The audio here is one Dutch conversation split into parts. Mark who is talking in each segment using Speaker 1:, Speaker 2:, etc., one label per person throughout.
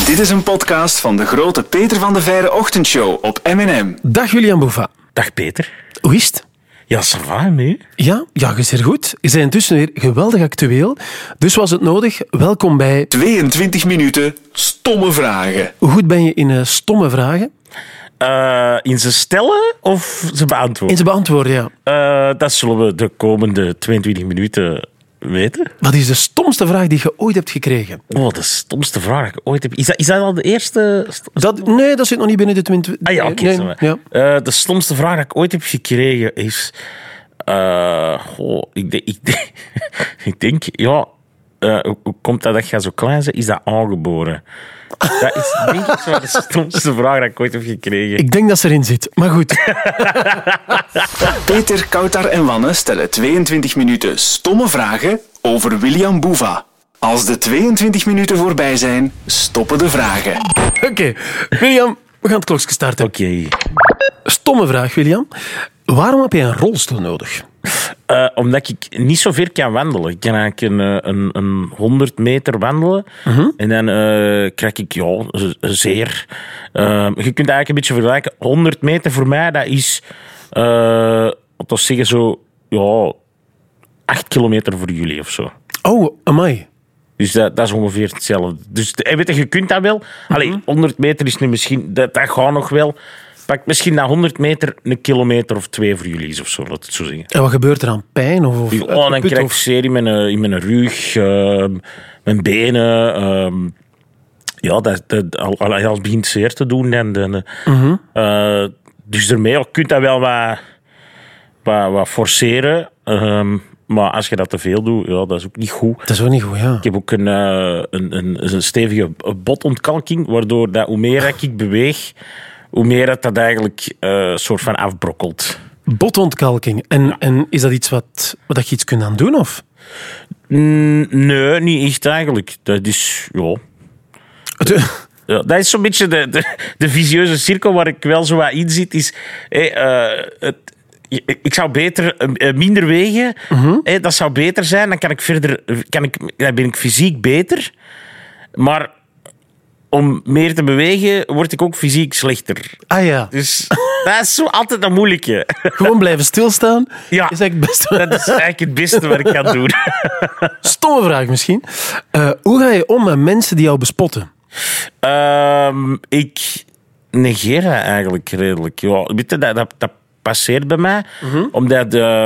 Speaker 1: Dit is een podcast van de grote Peter van de Veire ochtendshow op M&M.
Speaker 2: Dag William Bouva.
Speaker 3: Dag Peter.
Speaker 2: Hoe is het?
Speaker 3: Ja, ça va, mee?
Speaker 2: Ja, je is er goed. Je bent intussen weer geweldig actueel. Dus was het nodig. Welkom bij
Speaker 1: 22 minuten stomme vragen.
Speaker 2: Hoe goed ben je in stomme vragen?
Speaker 3: In ze stellen of ze beantwoorden?
Speaker 2: In ze beantwoorden, ja.
Speaker 3: Dat zullen we de komende 22 minuten weten.
Speaker 2: Wat is de stomste vraag die je ooit hebt gekregen?
Speaker 3: Oh, de stomste vraag die ik ooit heb. Is dat al de eerste?
Speaker 2: Nee, dat zit nog niet binnen de 20...
Speaker 3: Ah ja, oké.
Speaker 2: Nee, ja.
Speaker 3: De stomste vraag die ik ooit heb gekregen is... ik denk, ja... hoe komt dat je zo klein bent? Is dat aangeboren? Dat is denk ik zo de stomste vraag die ik ooit heb gekregen.
Speaker 2: Ik denk dat ze erin zit, maar goed.
Speaker 1: Peter, Koutar en Wanne stellen 22 minuten stomme vragen over William Bouva. Als de 22 minuten voorbij zijn, stoppen de vragen.
Speaker 2: Oké, William, we gaan het klokje starten.
Speaker 3: Oké.
Speaker 2: Stomme vraag, William. Waarom heb je een rolstoel nodig?
Speaker 3: Omdat ik niet zo ver kan wandelen. Ik kan eigenlijk een 100 meter wandelen. En dan krijg ik zeer... je kunt eigenlijk een beetje vergelijken. 100 meter voor mij, dat is... wat we zeggen zo... 8 kilometer voor jullie of zo.
Speaker 2: Oh, amai.
Speaker 3: Dus dat is ongeveer hetzelfde. Dus weet je kunt dat wel. 100 meter is nu misschien... Dat gaat nog wel... Pak misschien na 100 meter een kilometer of 2 voor jullie is of zo, laat het zo zeggen.
Speaker 2: En wat gebeurt er aan pijn?
Speaker 3: Dan krijg ik zeer in mijn rug, mijn benen. Als het begint zeer te doen. Dus daarmee kun je dat wel wat forceren. Maar als je dat te veel doet, dat is ook niet goed.
Speaker 2: Dat is ook niet goed, ja.
Speaker 3: Ik heb ook een stevige botontkalking, waardoor dat, hoe meer ik beweeg, hoe meer dat eigenlijk soort van afbrokkelt. Botontkalking.
Speaker 2: En is dat iets wat je iets kunt aan doen, of?
Speaker 3: Nee, niet echt eigenlijk. Dat is, dat is zo'n beetje de vicieuze cirkel waar ik wel zo wat in zit. Is, ik zou beter minder wegen. Dat zou beter zijn. Dan kan ik verder... Dan ben ik fysiek beter. Maar... om meer te bewegen, word ik ook fysiek slechter.
Speaker 2: Ah ja.
Speaker 3: Dus dat is zo altijd een moeilijke.
Speaker 2: Gewoon blijven stilstaan
Speaker 3: ja,
Speaker 2: is eigenlijk het beste.
Speaker 3: Dat is eigenlijk het beste wat ik kan doen.
Speaker 2: Stomme vraag misschien. Hoe ga je om met mensen die jou bespotten?
Speaker 3: Ik negeer dat eigenlijk redelijk. Ja, weet je, dat passeert bij mij. Omdat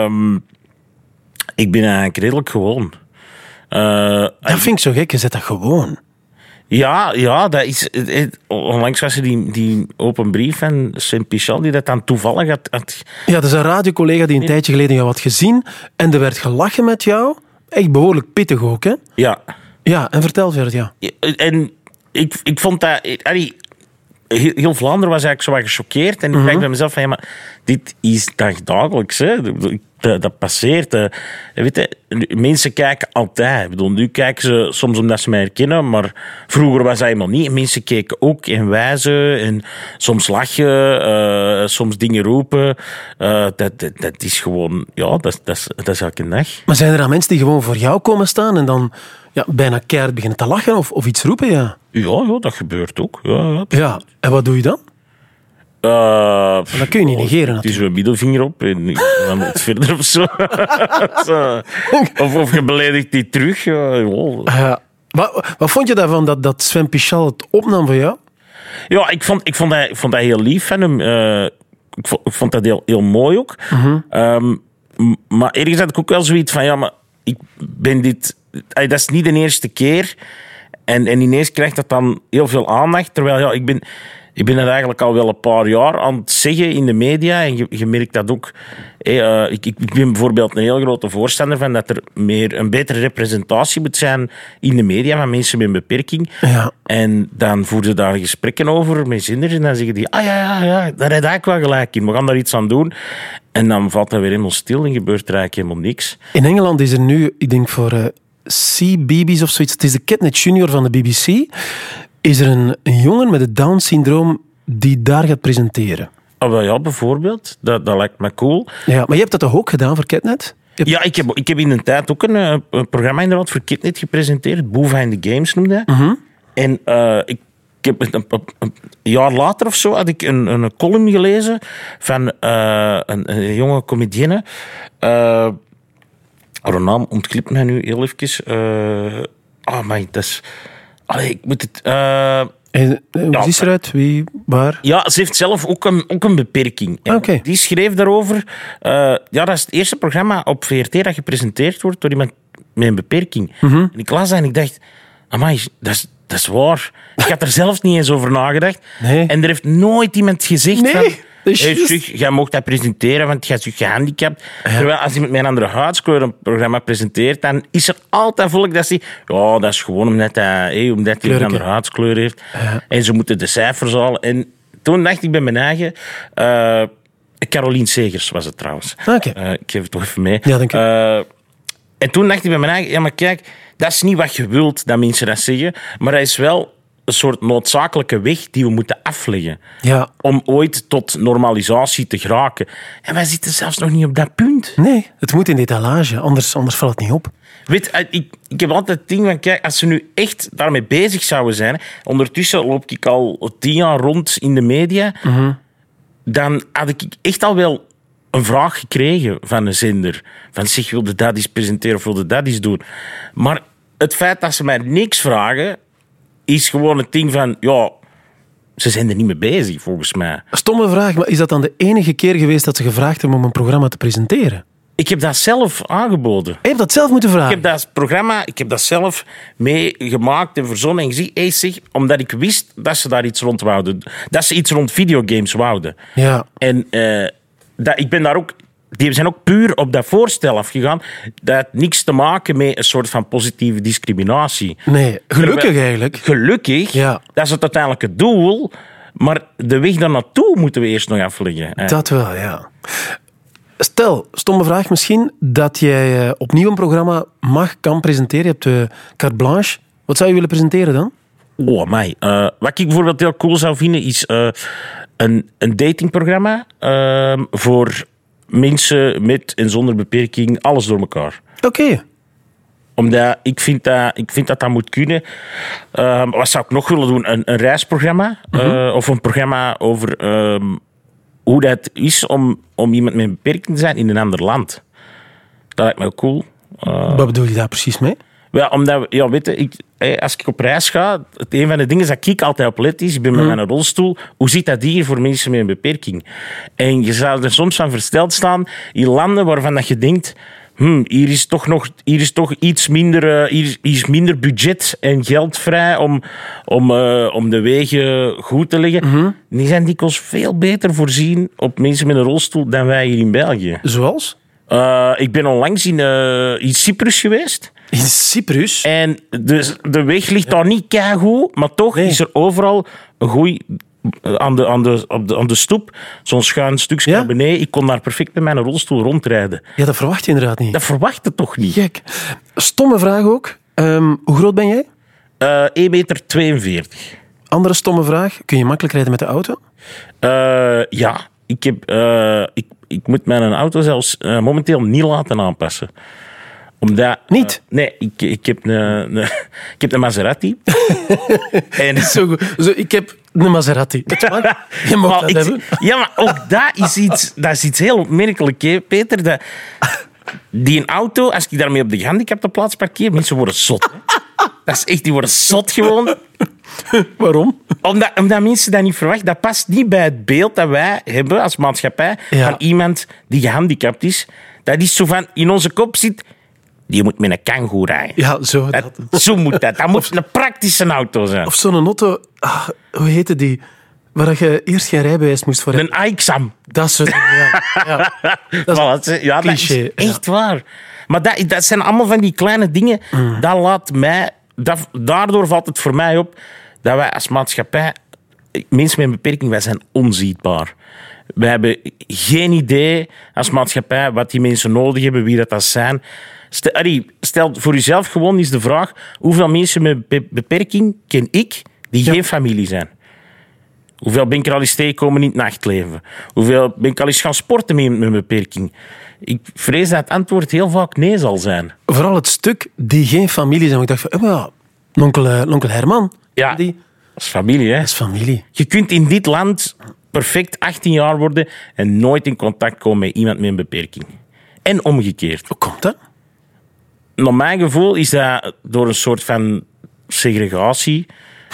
Speaker 3: ik ben eigenlijk redelijk gewoon.
Speaker 2: Dat vind ik zo gek, je zet dat gewoon.
Speaker 3: Ja, dat is... Onlangs was er die open brief van Saint-Pichal die dat dan toevallig had...
Speaker 2: Ja, dat is een radiocollega die een tijdje geleden jou had gezien en er werd gelachen met jou. Echt behoorlijk pittig ook, hè?
Speaker 3: Ja.
Speaker 2: Ja, en vertel verder, ja.
Speaker 3: En ik vond dat... Heel Vlaanderen was eigenlijk zo wat gechoqueerd. En ik dacht bij mezelf van, ja, maar dit is dagelijks, hè. Dat passeert. Weet je, mensen kijken altijd. Ik bedoel, nu kijken ze soms omdat ze mij herkennen, maar vroeger was dat helemaal niet. En mensen keken ook en wijzen en soms lachen, soms dingen roepen. Dat is gewoon... Ja, dat is elke dag.
Speaker 2: Maar zijn er dan mensen die gewoon voor jou komen staan en dan bijna keihard beginnen te lachen of iets roepen, ja?
Speaker 3: Ja, dat gebeurt ook.
Speaker 2: Ja, en wat doe je dan? Dat kun je niet negeren.
Speaker 3: Het is een middelvinger op en dan moet het verder of zo. Of je beledigt die terug.
Speaker 2: Wat vond je daarvan dat Sven Pichal het opnam voor jou?
Speaker 3: Ja, ik vond dat heel lief van hem. Ik vond dat heel mooi ook. Maar ergens had ik ook wel zoiets van... Ja, maar ik ben dit... Dat is niet de eerste keer. En ineens krijgt dat dan heel veel aandacht. Terwijl ik ben het eigenlijk al wel een paar jaar aan het zeggen in de media. En je merkt dat ook. Ik ben bijvoorbeeld een heel grote voorstander van dat er een betere representatie moet zijn in de media van mensen met een beperking. Ja. En dan voeren daar gesprekken over met zenders. En dan zeggen die, daar heb ik wel gelijk in. We gaan daar iets aan doen. En dan valt dat weer helemaal stil en gebeurt er eigenlijk helemaal niks.
Speaker 2: In Engeland is er nu, ik denk voor CBeebies of zoiets, het is de Ketnet Junior van de BBC, is er een jongen met het Down-syndroom die daar gaat presenteren.
Speaker 3: Ja, bijvoorbeeld. Dat lijkt me cool.
Speaker 2: Ja, maar je hebt dat toch ook gedaan voor Ketnet?
Speaker 3: Ja, ik heb in de tijd ook een programma inderdaad voor Ketnet gepresenteerd. Bouva in the Games noemde hij. En Ik heb een jaar later of zo had ik een column gelezen van een jonge comedienne. Haar naam ontglipt mij nu heel even. Maar dat is... Allee, ik moet het...
Speaker 2: Hoe is eruit? Wie? Waar?
Speaker 3: Ja, ze heeft zelf ook een beperking.
Speaker 2: Okay.
Speaker 3: Die schreef daarover... dat is het eerste programma op VRT dat gepresenteerd wordt door iemand met een beperking. En ik las dat en ik dacht... Amai, dat is waar. Ik had er zelf niet eens over nagedacht.
Speaker 2: Nee.
Speaker 3: En er heeft nooit iemand gezegd van...
Speaker 2: dat is
Speaker 3: Hey, zeg, jij mocht dat presenteren, want jij is gehandicapt. Ja. Terwijl als iemand met een andere huidskleur een programma presenteert, dan is er altijd volk dat zegt... Ja, dat is gewoon omdat hij een andere huidskleur heeft. Ja. En ze moeten de cijfers halen. En toen dacht ik bij mijn eigen... Carolien Segers was het trouwens.
Speaker 2: Okay.
Speaker 3: Ik geef het toch even mee.
Speaker 2: Ja, dank u.
Speaker 3: En toen dacht ik bij mijn eigen... Ja, maar kijk, dat is niet wat je wilt, dat mensen dat zeggen. Maar dat is wel een soort noodzakelijke weg die we moeten afleggen. Ja. Om ooit tot normalisatie te geraken. En wij zitten zelfs nog niet op dat punt.
Speaker 2: Nee, het moet in de etalage, anders valt het niet op.
Speaker 3: Weet, ik heb altijd het ding van, kijk, als ze nu echt daarmee bezig zouden zijn... Ondertussen loop ik al 10 jaar rond in de media... Dan had ik echt al wel een vraag gekregen van een zender. Van, zeg, wilde dat eens presenteren of wilde dat eens doen? Maar het feit dat ze mij niks vragen... is gewoon het ding van... Ja, ze zijn er niet mee bezig, volgens mij.
Speaker 2: Stomme vraag, maar is dat dan de enige keer geweest dat ze gevraagd hebben om een programma te presenteren?
Speaker 3: Ik heb dat zelf aangeboden.
Speaker 2: Je hebt dat zelf moeten vragen?
Speaker 3: Ik heb dat zelf meegemaakt en verzonnen en gezien. Hey, zeg, omdat ik wist dat ze daar iets rond wouden. Dat ze iets rond videogames wouden.
Speaker 2: Ja.
Speaker 3: En ik ben daar ook... Die zijn ook puur op dat voorstel afgegaan. Dat had niks te maken met een soort van positieve discriminatie.
Speaker 2: Nee, gelukkig eigenlijk.
Speaker 3: Gelukkig. Ja. Dat is het uiteindelijke doel. Maar de weg daar naartoe moeten we eerst nog afleggen.
Speaker 2: Dat wel, ja. Stel, stomme vraag misschien, dat jij opnieuw een programma kan presenteren. Je hebt carte blanche. Wat zou je willen presenteren dan?
Speaker 3: Oh, mij. Wat ik bijvoorbeeld heel cool zou vinden, is een datingprogramma voor mensen met en zonder beperking, alles door elkaar.
Speaker 2: Oké.
Speaker 3: Omdat ik vind dat moet kunnen. Wat zou ik nog willen doen? Een reisprogramma. Of een programma over hoe dat is om iemand met een beperking te zijn in een ander land. Dat lijkt me ook cool.
Speaker 2: Wat bedoel je daar precies mee?
Speaker 3: Ja, omdat, ja, weet je, als ik op reis ga, een van de dingen dat ik altijd op let is, ik ben met mijn rolstoel, hoe zit dat hier voor mensen met een beperking? En je zou er soms van versteld staan in landen waarvan dat je denkt, hier is toch iets minder, hier is minder budget en geld vrij om de wegen goed te leggen. Die zijn dikwijls veel beter voorzien op mensen met een rolstoel dan wij hier in België.
Speaker 2: Zoals?
Speaker 3: Ik ben onlangs in Cyprus geweest.
Speaker 2: In Cyprus?
Speaker 3: En de weg ligt daar niet keigoed, maar toch is er overal een goeie... Aan de stoep, zo'n schuin stukje naar beneden. Ik kon daar perfect met mijn rolstoel rondrijden.
Speaker 2: Ja, dat verwacht je inderdaad niet.
Speaker 3: Dat verwacht je toch niet?
Speaker 2: Gek. Stomme vraag ook. Hoe groot ben jij?
Speaker 3: 1,42 meter.
Speaker 2: Andere stomme vraag. Kun je makkelijk rijden met de auto?
Speaker 3: Ja. Ik moet mijn auto zelfs momenteel niet laten aanpassen. Omdat,
Speaker 2: niet?
Speaker 3: Nee, ik heb een Maserati.
Speaker 2: En zo goed. Ik heb een Maserati. Je mag dat hebben.
Speaker 3: Ja, maar ook dat is iets heel opmerkelijk, hè, Peter. Die een auto, als ik daarmee op de gehandicapte plaats parkeer, mensen worden zot. Dat is echt, die worden zot gewoon.
Speaker 2: Waarom?
Speaker 3: Omdat mensen dat niet verwachten. Dat past niet bij het beeld dat wij hebben als maatschappij van iemand die gehandicapt is. Dat is zo van, in onze kop zit... Die moet met een kangoo rijden.
Speaker 2: Ja, zo.
Speaker 3: Zo moet dat. Dat moet een praktische auto zijn.
Speaker 2: Of zo'n auto... hoe heette die? Waar je eerst geen rijbewijs moest voor hebben.
Speaker 3: Een Aixam.
Speaker 2: Dat soort dingen,
Speaker 3: Dat is cliché. Dat is echt waar. Maar dat zijn allemaal van die kleine dingen. Dat laat mij... Daardoor valt het voor mij op dat wij als maatschappij... Mensen met een beperking, wij zijn onzichtbaar. We hebben geen idee als maatschappij wat die mensen nodig hebben, wie dat zijn. Stel voor jezelf gewoon eens de vraag: hoeveel mensen met beperking ken ik die geen familie zijn? Hoeveel ben ik er al eens tegengekomen in het nachtleven? Hoeveel ben ik al eens gaan sporten met een beperking? Ik vrees dat het antwoord heel vaak nee zal zijn.
Speaker 2: Vooral het stuk die geen familie zijn. Ik dacht van, onkel Herman.
Speaker 3: Ja.
Speaker 2: Die...
Speaker 3: Dat is familie, hè?
Speaker 2: Dat is familie.
Speaker 3: Je kunt in dit land perfect 18 jaar worden en nooit in contact komen met iemand met een beperking. En omgekeerd.
Speaker 2: Hoe komt dat?
Speaker 3: Naar mijn gevoel is dat door een soort van segregatie.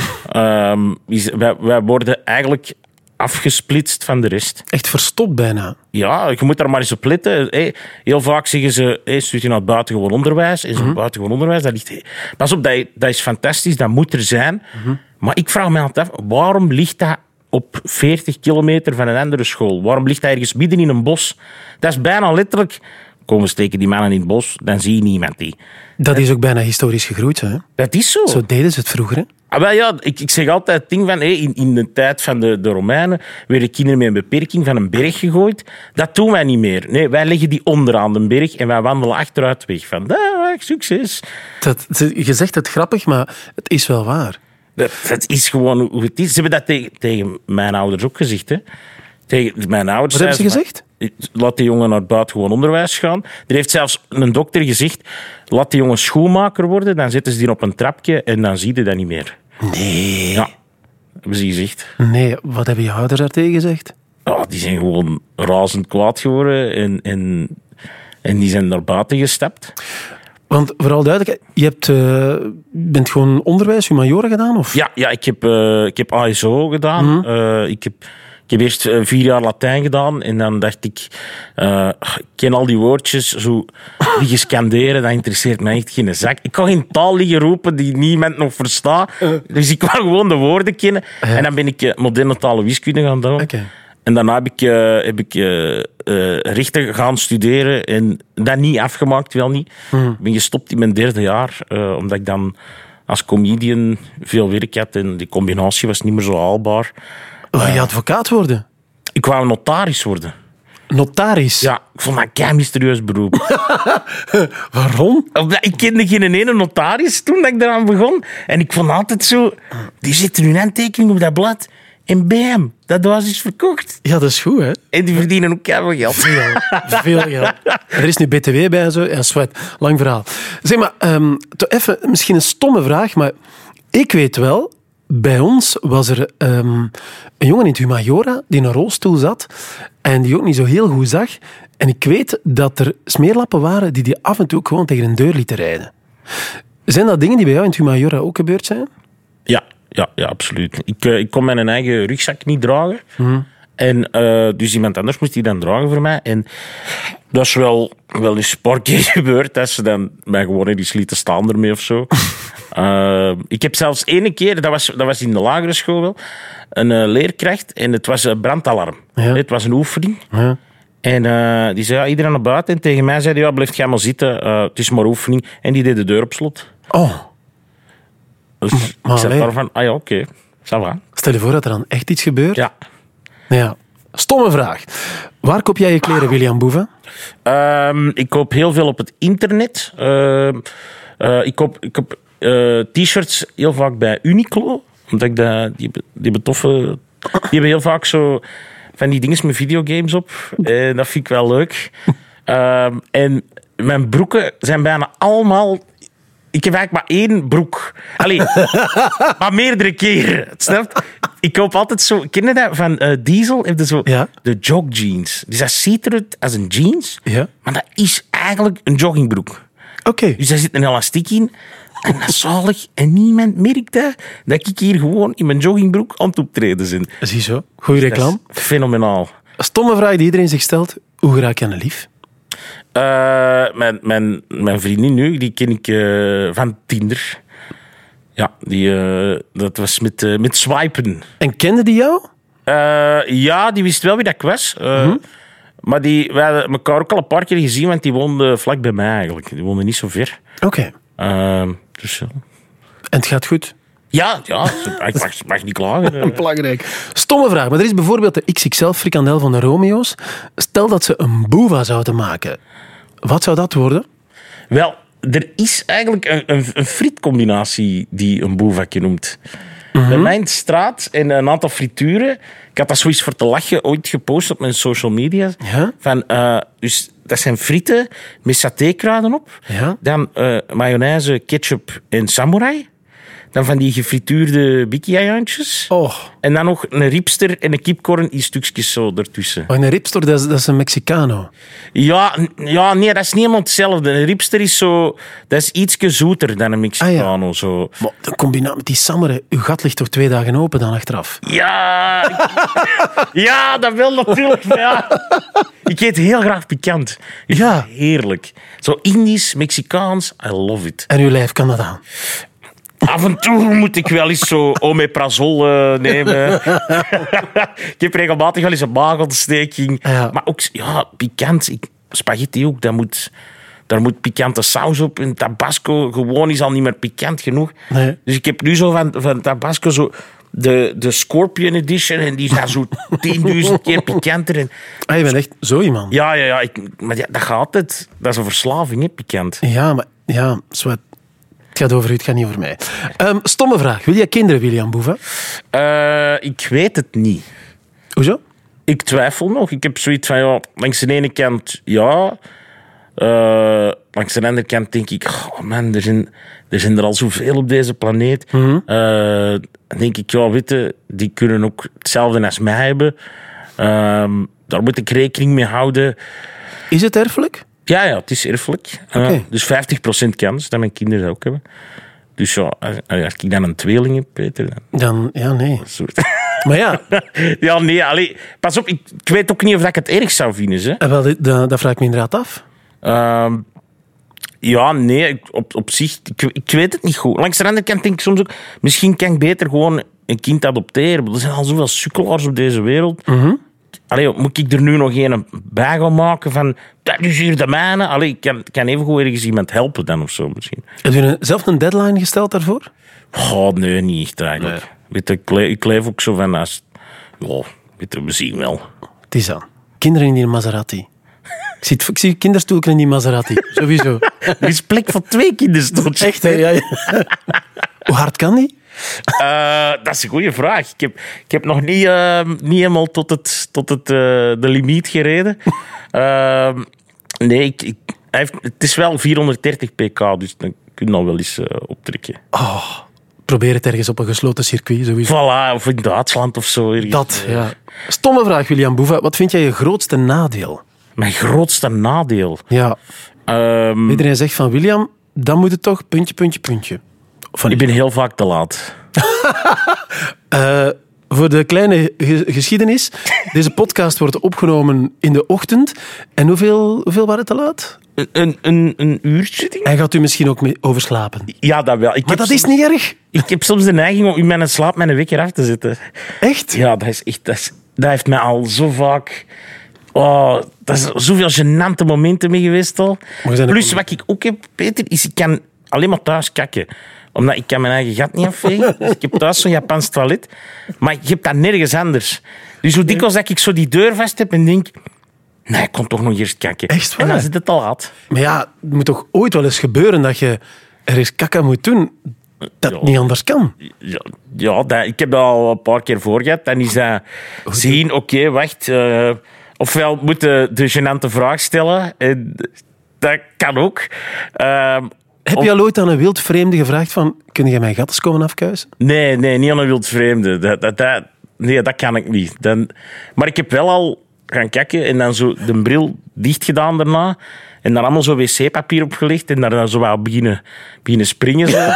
Speaker 3: Wij worden eigenlijk afgesplitst van de rest.
Speaker 2: Echt verstopt bijna.
Speaker 3: Ja, je moet daar maar eens op letten. Heel vaak zeggen ze, stuurt je naar het buitengewoon onderwijs. En zo'n buitengewoon onderwijs, dat ligt... Pas op, dat is fantastisch, dat moet er zijn. Maar ik vraag me altijd af, waarom ligt dat op 40 kilometer van een andere school? Waarom ligt dat ergens midden in een bos? Dat is bijna letterlijk... Komen steken die mannen in het bos, dan zie je niemand die.
Speaker 2: Dat is ook bijna historisch gegroeid, hè?
Speaker 3: Dat is zo.
Speaker 2: Zo deden ze het vroeger, hè?
Speaker 3: Wel ja, ik zeg altijd het ding van... in de tijd van de Romeinen werden kinderen met een beperking van een berg gegooid. Dat doen wij niet meer. Nee, wij leggen die onderaan de berg en wij wandelen achteruit weg. Van, succes.
Speaker 2: Je zegt het grappig, maar het is wel waar.
Speaker 3: Dat is gewoon hoe het is. Ze hebben dat tegen mijn ouders ook gezegd, hè. Tegen mijn ouders.
Speaker 2: Wat hebben ze gezegd?
Speaker 3: Laat die jongen naar het buitengewoon onderwijs gaan. Er heeft zelfs een dokter gezegd, laat die jongen schoenmaker worden, dan zetten ze die op een trapje en dan zie je dat niet meer.
Speaker 2: Nee.
Speaker 3: Ja, hebben ze gezegd.
Speaker 2: Nee, wat hebben je ouders daartegen gezegd?
Speaker 3: Ja, die zijn gewoon razend kwaad geworden en die zijn naar buiten gestapt.
Speaker 2: Want vooral duidelijk, je bent gewoon onderwijs, humaniora gedaan? Of?
Speaker 3: Ja, ik heb ASO gedaan. Ik heb eerst 4 jaar Latijn gedaan en dan dacht ik ken al die woordjes, zo liggen scanderen, dat interesseert mij echt geen zak. Ik kan geen taal liggen roepen die niemand nog verstaat. Dus ik wou gewoon de woorden kennen. En dan ben ik moderne talen wiskunde gaan doen.
Speaker 2: Okay.
Speaker 3: En daarna heb ik rechten gaan studeren en dat niet afgemaakt, wel niet. Ik ben gestopt in mijn 3e jaar, omdat ik dan als comedian veel werk had en die combinatie was niet meer zo haalbaar.
Speaker 2: Wil je advocaat worden?
Speaker 3: Ik wou notaris worden.
Speaker 2: Notaris?
Speaker 3: Ja, ik vond dat een kei mysterieus beroep.
Speaker 2: Waarom?
Speaker 3: Ik kende geen ene notaris toen ik eraan begon. En ik vond altijd zo... Die zetten hun handtekening op dat blad en bam, dat was dus verkocht.
Speaker 2: Ja, dat is goed, hè?
Speaker 3: En die verdienen ook keiveel geld.
Speaker 2: Veel geld. Er is nu BTW bij en zo. Ja, zwart. Lang verhaal. Zeg maar, toch even misschien een stomme vraag, maar ik weet wel... Bij ons was er een jongen in het humaniora die in een rolstoel zat en die ook niet zo heel goed zag. En ik weet dat er smeerlappen waren die af en toe ook gewoon tegen een deur lieten rijden. Zijn dat dingen die bij jou in het humaniora ook gebeurd zijn?
Speaker 3: Ja, absoluut. Ik kon mijn eigen rugzak niet dragen. En dus iemand anders moest die dan dragen voor mij. En dat is wel eens een paar keer gebeurd dat ze dan mij gewoon iets lieten staan ermee of zo. Ik heb zelfs ene keer, dat was in de lagere school wel, een leerkracht en het was een brandalarm.
Speaker 2: Ja.
Speaker 3: Het was een oefening. Ja. En die zei, iedereen naar buiten. En tegen mij zei hij, blijf jij maar zitten, het is maar oefening. En die deed de deur op slot.
Speaker 2: Oh.
Speaker 3: Dus ik zat daar van, oké, ça va.
Speaker 2: Stel je voor dat er dan echt iets gebeurt?
Speaker 3: Ja.
Speaker 2: Stomme vraag. Waar koop jij je kleren, William Boeva?
Speaker 3: Ik koop heel veel op het internet. Ik koop t-shirts heel vaak bij Uniqlo. Omdat ik die hebben toffe... Die hebben heel vaak zo van die dingen met videogames op. En dat vind ik wel leuk. En mijn broeken zijn bijna allemaal... Ik heb eigenlijk maar 1 broek. Allee, maar meerdere keren. Snap? Ik koop altijd zo... Ken je dat? Van Diesel heb je zo de jogjeans. Dus dat ziet eruit als een jeans. Ja. Maar dat is eigenlijk een joggingbroek.
Speaker 2: Oké.
Speaker 3: Dus daar zit een elastiek in. En dat is zalig. En niemand merkt dat ik hier gewoon in mijn joggingbroek aan het optreden ben.
Speaker 2: Ziezo. Goeie reclame.
Speaker 3: Fenomenaal.
Speaker 2: Stomme vraag die iedereen zich stelt. Hoe raak je aan een lief?
Speaker 3: Mijn vriendin nu, die ken ik van Tinder. Ja, dat was met swipen.
Speaker 2: En kende die jou?
Speaker 3: Ja, die wist wel wie dat ik was. Maar wij hadden elkaar ook al een paar keer gezien, want die woonde vlak bij mij eigenlijk. Die woonde niet zo ver.
Speaker 2: Oké.
Speaker 3: Dus,
Speaker 2: en het gaat goed?
Speaker 3: Ja, ik mag niet klagen.
Speaker 2: Belangrijk. Stomme vraag, maar er is bijvoorbeeld de XXL-frikandel van de Romeo's. Stel dat ze een boeva zouden maken. Wat zou dat worden?
Speaker 3: Wel, er is eigenlijk een frietcombinatie die een boevakje noemt. Bij mijn straat en een aantal frituren. Ik had dat zoiets voor te lachen ooit gepost op mijn social media.
Speaker 2: Ja?
Speaker 3: Van, dus dat zijn frieten met satékruiden op.
Speaker 2: Ja?
Speaker 3: Dan mayonaise, ketchup en samurai. Dan van die gefrituurde bikkie-ajuintjes.
Speaker 2: Oh.
Speaker 3: En dan nog een ripster en een kipcorn in stukjes zo ertussen.
Speaker 2: Maar een ripster, dat is een Mexicano.
Speaker 3: Ja, nee, dat is niet helemaal hetzelfde. Een ripster is zo... Dat is ietsje zoeter dan een Mexicano. Zo.
Speaker 2: Maar de combinatie met die sammeren, uw gat ligt toch 2 dagen open dan achteraf?
Speaker 3: Ja, ja, dat wel natuurlijk. Maar ja. Ik eet heel graag pikant.
Speaker 2: Ja.
Speaker 3: Heerlijk. Zo Indisch, Mexicaans, I love it.
Speaker 2: En uw lijf kan dat aan.
Speaker 3: Af en toe moet ik wel eens zo omeprazol nemen. Ik heb regelmatig wel eens een maagontsteking.
Speaker 2: Ja.
Speaker 3: Maar ook pikant. Spaghetti ook, daar moet pikante saus op. En tabasco gewoon is al niet meer pikant genoeg.
Speaker 2: Nee.
Speaker 3: Dus ik heb nu zo van tabasco zo de Scorpion Edition. En die is zo 10.000 keer pikanter. En,
Speaker 2: Je bent echt zo iemand.
Speaker 3: ja. Maar dat gaat het. Dat is een verslaving, hè, pikant.
Speaker 2: Ja, maar ja, zwart. Het gaat over u, het gaat niet over mij. Stomme vraag. Wil jij kinderen, William Boeva?
Speaker 3: Ik weet het niet.
Speaker 2: Hoezo?
Speaker 3: Ik twijfel nog. Ik heb zoiets van, langs de ene kant, ja. Langs de andere kant denk ik, oh man, er zijn er al zoveel op deze planeet. Dan denk ik, weet je, die kunnen ook hetzelfde als mij hebben. Daar moet ik rekening mee houden.
Speaker 2: Is het erfelijk?
Speaker 3: Ja, het is erfelijk.
Speaker 2: Okay.
Speaker 3: Dus 50% kans dat mijn kinderen dat ook hebben. Dus ja, als ik dan een tweeling heb, Peter...
Speaker 2: Dan, ja, nee.
Speaker 3: Soort.
Speaker 2: Maar ja.
Speaker 3: Ja, nee, allee, pas op, ik weet ook niet of ik het erg zou vinden. Hè.
Speaker 2: Wel, dat vraag ik me inderdaad af.
Speaker 3: Ja, nee, op zich, ik weet het niet goed. Langs de andere kant denk ik soms ook, misschien kan ik beter gewoon een kind adopteren. Er zijn al zoveel sukkelaars op deze wereld. Allee, moet ik er nu nog een bij gaan maken van, dat is hier de mijne? Allee, ik kan even goed ergens iemand helpen dan of zo misschien.
Speaker 2: Heb je zelf een deadline gesteld daarvoor?
Speaker 3: Oh, nee, niet echt eigenlijk. Nee. Weet je, ik leef ook zo van, weet je, we zien wel.
Speaker 2: Het is aan. Kinderen in die Maserati. Ik zie kinderstoelken in die Maserati. Sowieso.
Speaker 3: Er is plek voor 2 kinderstoeltjes.
Speaker 2: Echt, hè? Ja. Hoe hard kan die?
Speaker 3: Dat is een goede vraag. Ik heb nog niet helemaal tot de limiet gereden. Nee, het is wel 430 pk, dus dan kun je nog wel eens optrekken.
Speaker 2: Probeer het ergens op een gesloten circuit, sowieso.
Speaker 3: Voilà, of in Duitsland of zo. Ergens.
Speaker 2: Dat, ja. Stomme vraag, William Boeva. Wat vind jij je grootste nadeel?
Speaker 3: Mijn grootste nadeel?
Speaker 2: Ja. Iedereen zegt van, William, dan moet het toch, ...
Speaker 3: Ik ben heel vaak te laat.
Speaker 2: Voor de kleine geschiedenis. Deze wordt opgenomen in de ochtend. En hoeveel waren te laat?
Speaker 3: Een uurtje, denk ik.
Speaker 2: Hij gaat u misschien ook mee overslapen.
Speaker 3: Ja, dat wel.
Speaker 2: Maar dat is niet erg.
Speaker 3: Ik heb soms de neiging om in mijn slaap mijn wekker af te zetten.
Speaker 2: Echt?
Speaker 3: Ja, dat heeft mij al zo vaak... Oh, dat is zoveel gênante momenten mee geweest al. Plus, wat ik ook heb, Peter, is ik kan alleen maar thuis kakken. Omdat ik kan mijn eigen gat niet afvegen. Dus ik heb thuis zo'n Japans toilet. Maar je hebt dat nergens anders. Dus hoe dikwijls dat ik zo die deur vast heb en denk... Nee, ik kon toch nog eerst kakken.
Speaker 2: Echt waar?
Speaker 3: En dan zit het te laat.
Speaker 2: Maar ja, het moet toch ooit wel eens gebeuren dat je er eens kakka moet doen dat niet anders kan?
Speaker 3: Ja, ik heb dat al een paar keer voor gehad. Dan is dat zien, oké, wacht... ofwel moet de gênante vraag stellen. Dat kan ook.
Speaker 2: Heb je al ooit aan een wildvreemde gevraagd van... Kun je mijn gat eens komen afkuisen?
Speaker 3: Nee, niet aan een wildvreemde. Dat kan ik niet. Maar ik heb wel al gaan kakken en dan zo de bril dicht gedaan daarna. En dan allemaal zo wc-papier opgelegd en daar dan zo wat beginnen springen. Zo.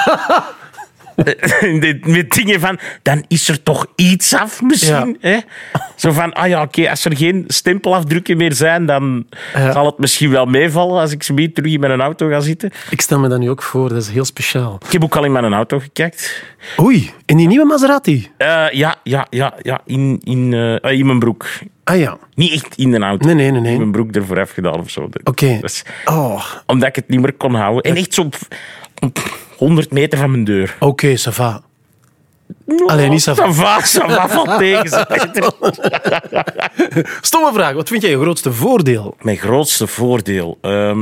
Speaker 3: Met dingen van, dan is er toch iets af misschien. Ja. Hè? Zo van, oké, als er geen stempelafdrukken meer zijn, dan zal het misschien wel meevallen als ik zo terug in mijn auto ga zitten.
Speaker 2: Ik stel me dat nu ook voor, dat is heel speciaal.
Speaker 3: Ik heb ook al in mijn auto gekakt.
Speaker 2: Oei, in die nieuwe Maserati?
Speaker 3: Ja, in mijn broek.
Speaker 2: Ah ja.
Speaker 3: Niet echt in de auto.
Speaker 2: Nee.
Speaker 3: In mijn broek ervoor afgedaan of zo.
Speaker 2: Oké.
Speaker 3: Omdat ik het niet meer kon houden. En echt zo op 100 meter van mijn deur.
Speaker 2: Oké, ça va. Alleen niet ça va.
Speaker 3: Ça va valt tegen.
Speaker 2: Stomme vraag. Wat vind jij je grootste voordeel?
Speaker 3: Mijn grootste voordeel?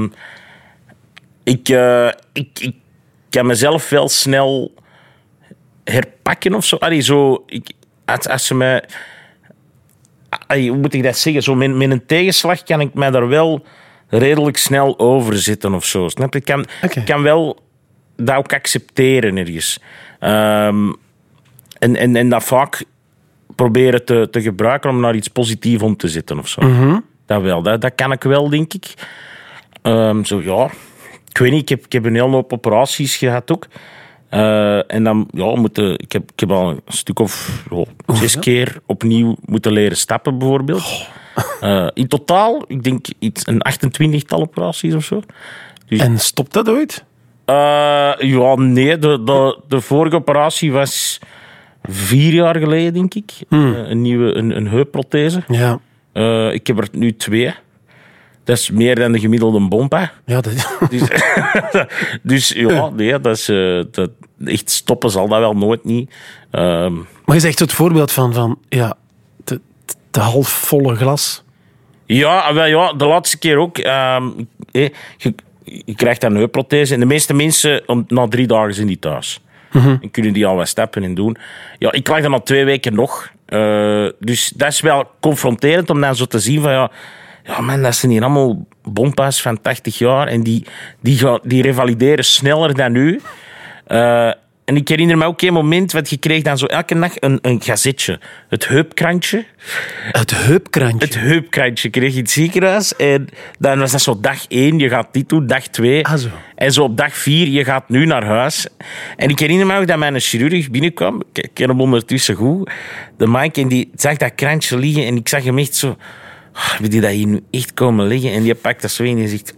Speaker 3: Ik kan mezelf wel snel herpakken of zo. Als ze mij... hoe moet ik dat zeggen? Zo met een tegenslag kan ik mij daar wel redelijk snel over zitten of zo. Snap je? Ik kan wel dat ook accepteren ergens. En dat vaak proberen te gebruiken om naar iets positiefs om te zetten of zo. Dat wel, dat kan ik wel, denk ik. Ik weet niet, ik heb een hele hoop operaties gehad ook. En dan, ik heb al een stuk of 6 keer opnieuw moeten leren stappen, bijvoorbeeld. In totaal, ik denk een 28-tal operaties of zo. Dus,
Speaker 2: en stopt dat ooit?
Speaker 3: Nee. De vorige operatie was 4 jaar geleden, denk ik. Een heupprothese.
Speaker 2: Ja.
Speaker 3: Ik heb er nu 2. Dat is meer dan de gemiddelde bompa.
Speaker 2: Ja, dat is...
Speaker 3: Dus dat is... echt stoppen zal dat wel nooit niet.
Speaker 2: Maar je zegt het voorbeeld van de halfvolle glas.
Speaker 3: Ja, de laatste keer ook. Je krijgt dan een heupprothese. En de meeste mensen, na 3 dagen zijn die thuis. En kunnen die al wat stappen en doen. Ja, ik lag er na 2 weken nog. Dus dat is wel confronterend om dan zo te zien van... Ja, man, dat zijn hier allemaal bompa's van 80 jaar. En die revalideren sneller dan u. En ik herinner me ook een moment, want je kreeg dan zo elke dag een gazetje. Het heupkrantje.
Speaker 2: Het heupkrantje?
Speaker 3: Het heupkrantje kreeg je in het ziekenhuis. En dan was dat zo dag 1, je gaat dit doen, dag 2.
Speaker 2: Ah, zo.
Speaker 3: En zo op dag 4, je gaat nu naar huis. En ik herinner me ook dat mijn chirurg binnenkwam. Ik ken hem ondertussen goed. De Mike, en die zag dat krantje liggen. En ik zag hem echt zo... Hebben die dat hier nu echt komen liggen? En die pakt dat zo in en zegt...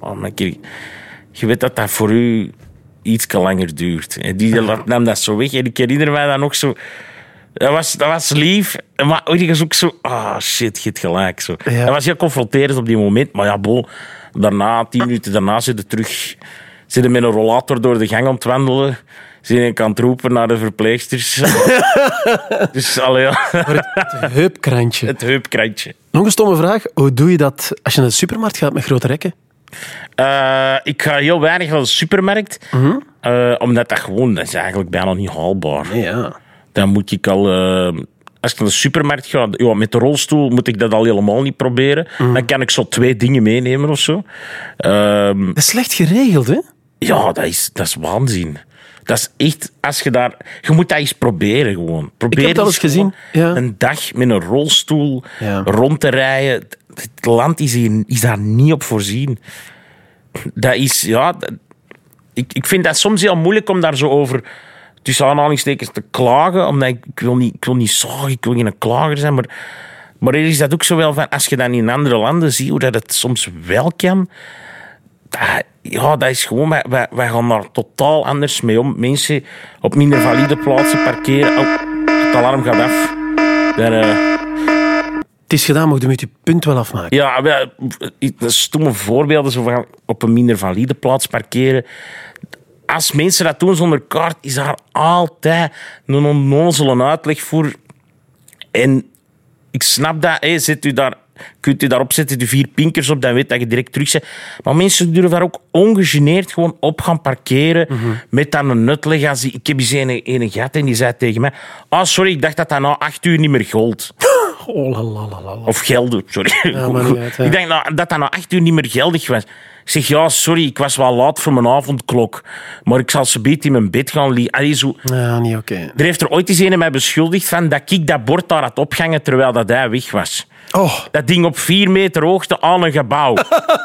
Speaker 3: Je weet dat voor u iets langer duurt. En die nam dat zo weg. En ik herinner mij dan nog zo... Dat was lief. Maar die was ook zo... Shit, je hebt gelijk. Zo.
Speaker 2: Ja.
Speaker 3: Dat was heel confronterend op die moment. Maar daarna, 10 minuten daarna, zitten met een rollator door de gang om te wandelen. Ze kan roepen naar de verpleegsters. Dus,
Speaker 2: Het heupkrantje.
Speaker 3: Het heupkrantje.
Speaker 2: Nog een stomme vraag. Hoe doe je dat als je naar de supermarkt gaat met grote rekken?
Speaker 3: Ik ga heel weinig naar de supermarkt. Omdat dat is eigenlijk bijna niet haalbaar.
Speaker 2: Nee, ja.
Speaker 3: Dan moet ik al... als ik naar de supermarkt ga, met de rolstoel moet ik dat al helemaal niet proberen. Dan kan ik zo 2 dingen meenemen of zo.
Speaker 2: Dat is slecht geregeld, hè?
Speaker 3: Ja, dat is waanzin. Dat is echt... Je moet dat eens proberen, gewoon. Probeer
Speaker 2: ik heb dat eens gezien. Ja.
Speaker 3: Een dag met een rolstoel rond te rijden. Het land is daar niet op voorzien. Dat is... Ik vind dat soms heel moeilijk om daar zo over... tussen aanhalingstekens te klagen, omdat ik wil niet zagen, ik wil geen klager zijn, maar er is dat ook zo wel van, als je dan in andere landen ziet hoe dat het soms wel kan, dat is gewoon, wij gaan daar totaal anders mee om. Mensen op minder valide plaatsen parkeren. Het alarm gaat af.
Speaker 2: Het is gedaan, maar je moet je punt wel afmaken.
Speaker 3: Ja, stomme voorbeelden, zo van op een minder valide plaats parkeren. Als mensen dat doen zonder kaart, is daar altijd een onnozele uitleg voor. En ik snap dat. Kunt u daarop zetten, de 4 pinkers op, dan weet dat je direct terug bent. Maar mensen durven daar ook ongegeneerd gewoon op gaan parkeren. Met dan een uitleg. Ik heb eens een gat en die zei tegen mij... sorry, ik dacht dat dat na 8 uur niet meer gold. Of gelde, sorry.
Speaker 2: Ja, maar niet uit,
Speaker 3: ik dacht dat na 8 uur niet meer geldig was. Ik zeg, sorry, ik was wel laat voor mijn avondklok. Maar ik zal zometeen in mijn bed gaan liggen.
Speaker 2: Ja, niet oké.
Speaker 3: Er heeft er ooit eens een mij beschuldigd van dat ik dat bord daar had opgehangen terwijl dat hij weg was.
Speaker 2: Oh.
Speaker 3: Dat ding op 4 meter hoogte aan een gebouw.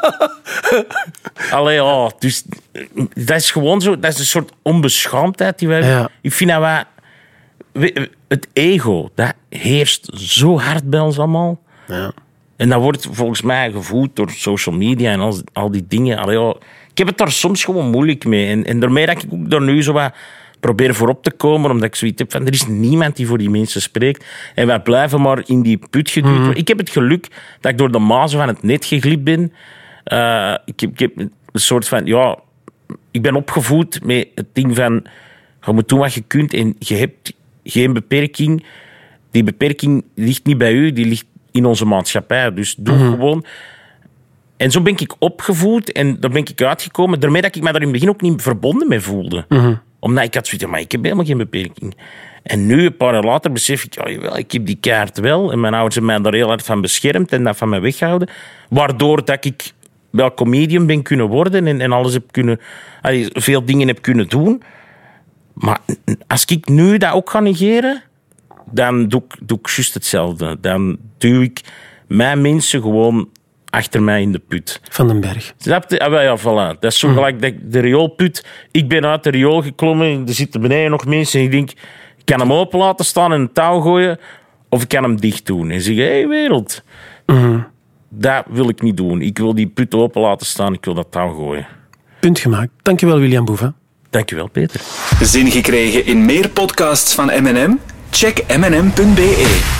Speaker 3: Dus dat is gewoon zo... Dat is een soort onbeschaamdheid die wij hebben.
Speaker 2: Ja.
Speaker 3: Ik vind dat het ego, dat heerst zo hard bij ons allemaal.
Speaker 2: Ja.
Speaker 3: En dat wordt volgens mij gevoed door social media en al die dingen. Ik heb het daar soms gewoon moeilijk mee. En daarmee dat ik ook daar nu zo wat probeer voorop te komen, omdat ik zoiets heb van, er is niemand die voor die mensen spreekt. En wij blijven maar in die put geduwd worden. Ik heb het geluk dat ik door de mazen van het net geglipt ben. Ik heb een soort van, ik ben opgevoed met het ding van, je moet doen wat je kunt en je hebt geen beperking. Die beperking ligt niet bij u, die ligt in onze maatschappij. Dus doe gewoon. En zo ben ik opgevoed en daar ben ik uitgekomen. Daarmee dat ik me daar in het begin ook niet verbonden mee voelde. Omdat ik had zoiets, maar ik heb helemaal geen beperking. En nu, een paar jaar later, besef ik, ik heb die kaart wel. En mijn ouders hebben mij daar heel hard van beschermd en dat van mij weggehouden. Waardoor dat ik wel comedian ben kunnen worden en alles heb kunnen... veel dingen heb kunnen doen. Maar als ik nu dat ook ga negeren, dan doe ik juist hetzelfde. Dan duw ik mijn mensen gewoon achter mij in de put.
Speaker 2: Van den Berg.
Speaker 3: Snap je? Ja, voilà. Dat is zo gelijk de rioolput. Ik ben uit de riool geklommen, er zitten beneden nog mensen en ik denk, ik kan hem open laten staan en een touw gooien, of ik kan hem dicht doen. En zeggen, hé wereld, dat wil ik niet doen. Ik wil die put open laten staan, ik wil dat touw gooien.
Speaker 2: Punt gemaakt. Dankjewel, William Boeva.
Speaker 3: Dankjewel, Peter.
Speaker 1: Zin gekregen in meer podcasts van M&M? Check mnm.be.